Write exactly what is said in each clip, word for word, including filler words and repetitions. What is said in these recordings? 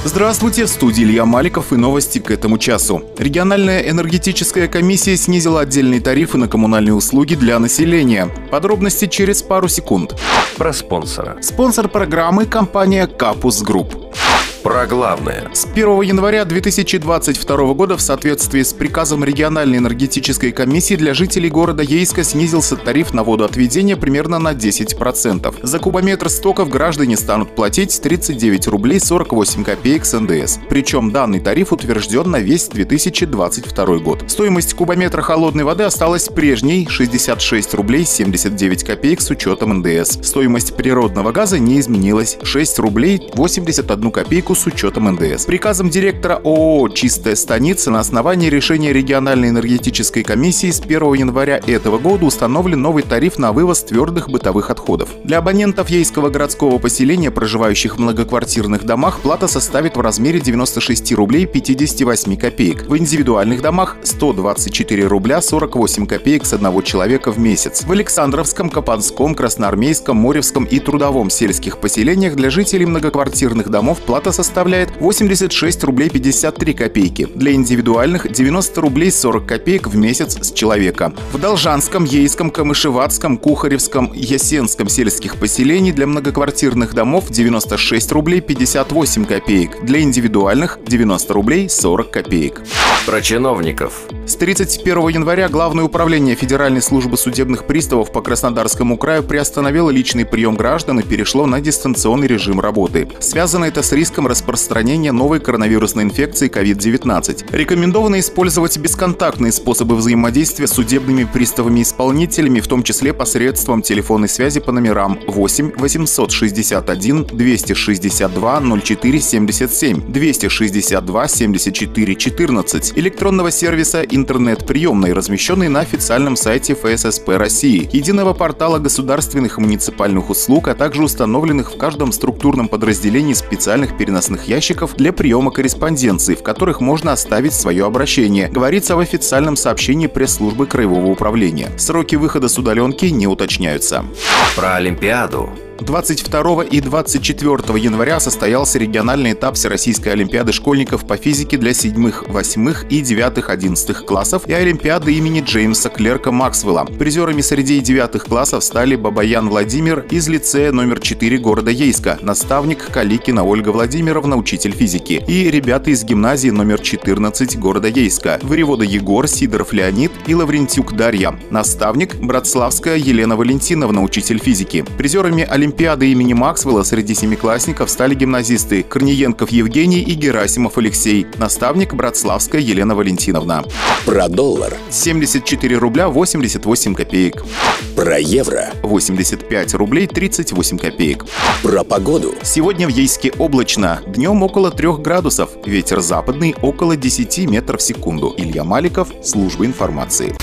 Здравствуйте, в студии Илья Маликов и новости к этому часу. Региональная энергетическая комиссия снизила отдельные тарифы на коммунальные услуги для населения. Подробности через пару секунд. Про спонсора. Спонсор программы – компания «Капус Групп». Про главное. С первого января две тысячи двадцать второго года в соответствии с приказом региональной энергетической комиссии для жителей города Ейска снизился тариф на водоотведение примерно на десять процентов. За кубометр стоков граждане станут платить тридцать девять рублей сорок восемь копеек с эн дэ эс. Причем данный тариф утвержден на весь две тысячи двадцать второй год. Стоимость кубометра холодной воды осталась прежней – шестьдесят шесть рублей семьдесят девять копеек с учетом эн дэ эс. Стоимость природного газа не изменилась – шесть рублей восемьдесят одну копейку с учетом эн дэ эс. Приказом директора о о о «Чистая станица» на основании решения региональной энергетической комиссии с первого января этого года установлен новый тариф на вывоз твердых бытовых отходов. Для абонентов Ейского городского поселения, проживающих в многоквартирных домах, плата составит в размере девяносто шесть рублей пятьдесят восемь копеек. В индивидуальных домах – сто двадцать четыре рубля сорок восемь копеек с одного человека в месяц. В Александровском, Копанском, Красноармейском, Моревском и Трудовом сельских поселениях для жителей многоквартирных домов плата составит составляет восемьдесят шесть рублей пятьдесят три копейки. Для индивидуальных – девяносто рублей сорок копеек в месяц с человека. В Должанском, Ейском, Камышеватском, Кухаревском, Ясенском сельских поселений для многоквартирных домов девяносто шесть рублей пятьдесят восемь копеек. Для индивидуальных – девяносто рублей сорок копеек. Про чиновников. С тридцать первого января Главное управление Федеральной службы судебных приставов по Краснодарскому краю приостановило личный прием граждан и перешло на дистанционный режим работы. Связано это с риском распространения новой коронавирусной инфекции ковид девятнадцать. Рекомендовано использовать бесконтактные способы взаимодействия с судебными приставами-исполнителями, в том числе посредством телефонной связи по номерам восемь восемьсот шестьдесят один двести шестьдесят два ноль четыре семьдесят семь, двести шестьдесят два семьдесят четыре четырнадцать, электронного сервиса интернет-приемной, размещенной на официальном сайте эф эс эс пэ России, единого портала государственных и муниципальных услуг, а также установленных в каждом структурном подразделении специальных переносных ящиков для приема корреспонденции, в которых можно оставить свое обращение, говорится в официальном сообщении пресс-службы Краевого управления. Сроки выхода с удаленки не уточняются. Про Олимпиаду. двадцать второго и двадцать четвёртого января состоялся региональный этап Всероссийской олимпиады школьников по физике для седьмых, восьмых и девятых одиннадцатых классов и олимпиады имени Джеймса Клерка Максвелла. Призерами среди девятых классов стали Бабаян Владимир из лицея номер четыре города Ейска, наставник Каликина Ольга Владимировна, учитель физики, и ребята из гимназии номер четырнадцать города Ейска, Воевода Егор, Сидоров Леонид и Лаврентюк Дарья, наставник Братславская Елена Валентиновна, учитель физики. Призерами олимпиады Олимпиады имени Максвелла среди семиклассников стали гимназисты Корниенков Евгений и Герасимов Алексей, наставник Братславская Елена Валентиновна. Про доллар. семьдесят четыре рубля восемьдесят восемь копеек. Про евро. восемьдесят пять рублей тридцать восемь копеек. Про погоду. Сегодня в Ейске облачно. Днем около трех градусов. Ветер западный около десяти метров в секунду. Илья Маликов, служба информации.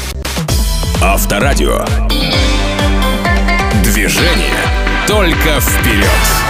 Авторадио. Движение только вперед!